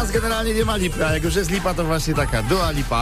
teraz generalnie nie ma lipy, a jak już jest lipa, to właśnie taka Dua Lipa.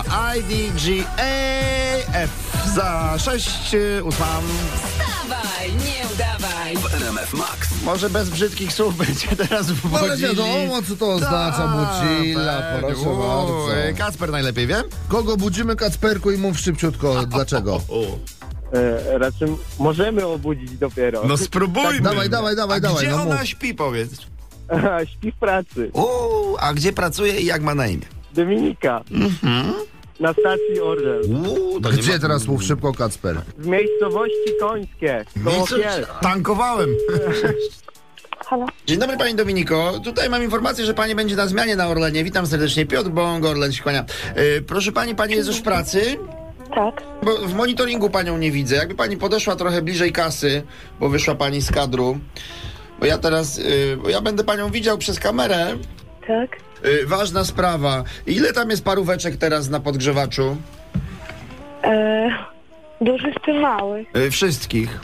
IDGAF za 6, 8. Wstawaj, nie udawaj. W RMF Max. Może bez brzydkich słów będzie teraz wwodzili. Ale wiadomo, co to oznacza, Bucilla, proszę bardzo. Kacper najlepiej wie? Kogo budzimy, Kacperku, i mów szybciutko, dlaczego? Raczej możemy obudzić dopiero. No spróbujmy. Dawaj, A gdzie no ona mów. śpi, powiedz? Śpi w pracy. A gdzie pracuje i jak ma na imię? Dominika. Na stacji Orlen. To nie Gdzie ma- teraz mów szybko, Kacper? W miejscowości Końskie. Koło Kielc. Tankowałem. Halo? Dzień dobry, pani Dominiko. Tutaj mam informację, że pani będzie na zmianie na Orlenie. Witam serdecznie. Piotr Bąk, Orlen się kłania. Proszę pani jest już w pracy? Tak. Bo w monitoringu panią nie widzę. Jakby pani podeszła trochę bliżej kasy, bo wyszła pani z kadru. Bo ja teraz, bo ja będę panią widział przez kamerę. Tak. Ważna sprawa. Ile tam jest paróweczek teraz na podgrzewaczu? Duży czy mały? Wszystkich.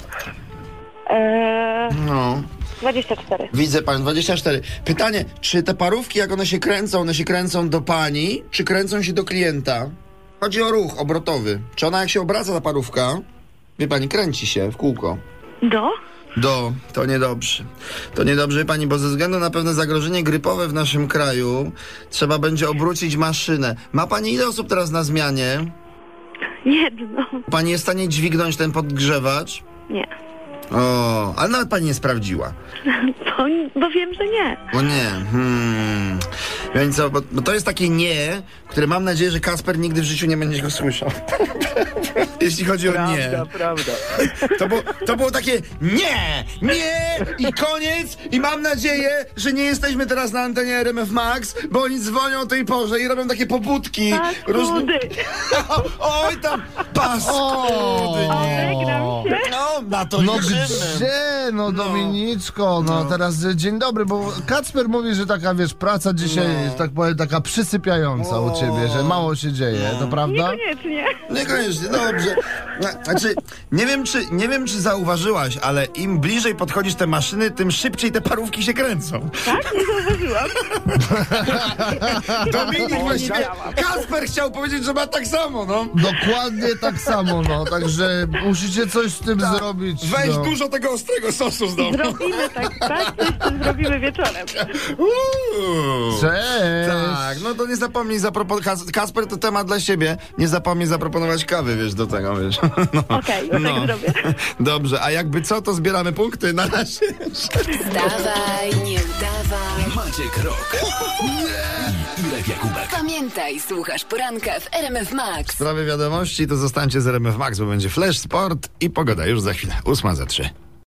No. 24. Widzę pan, 24. Pytanie, czy te parówki, jak one się kręcą do pani, czy kręcą się do klienta? Chodzi o ruch obrotowy. Czy ona, jak się obraca ta parówka, wie pani, kręci się w kółko? To niedobrze. To niedobrze, wie pani, bo ze względu na pewne zagrożenie grypowe w naszym kraju trzeba będzie obrócić maszynę. Ma pani ile osób teraz na zmianie? Jedno. Pani jest w stanie dźwignąć ten podgrzewacz? Nie. Ale nawet pani nie sprawdziła. Bo wiem, że nie. O nie. Więc co, bo to jest takie nie, które mam nadzieję, że Kacper nigdy w życiu nie będzie go słyszał. Jeśli chodzi o nie. Prawda. To było takie nie i koniec, i mam nadzieję, że nie jesteśmy teraz na antenie RMF Max, bo oni dzwonią o tej porze i robią takie pobudki. Paskudy. Oj tam, paskudy, nie. Żegnam się. No, na to No liczymy. gdzie? No Dominiczko, no teraz dzień dobry, bo Kacper mówi, że taka, wiesz, praca dzisiaj, tak powiem, taka przysypiająca u ciebie, że mało się dzieje, to prawda? Niekoniecznie. Niekoniecznie, dobrze. Znaczy, nie wiem, czy zauważyłaś, ale im bliżej podchodzisz te maszyny, tym szybciej te parówki się kręcą. Tak? Nie zauważyłam. Dominik właściwie, Kacper chciał powiedzieć, że ma tak samo, no. Dokładnie tak samo, no, także musicie coś z tym zrobić. Weź no. dużo tego ostrego sosu z domu. Zrobimy tak, coś z tym zrobimy wieczorem. Cześć! Tak, no to nie zapomnij zaproponować. Kacper, to temat dla siebie. Nie zapomnij zaproponować kawy, wiesz, do tego, wiesz. No. Okej, tak zrobię. Dobrze, a jakby co, to zbieramy punkty na razie. Wstawaj, nie udawaj. Maciek Rok. I Irek Jakubek. Pamiętaj, słuchasz poranka w RMF Max. Sprawy wiadomości to zostańcie z RMF Max, bo będzie Flash Sport i pogoda już za chwilę. 8:03.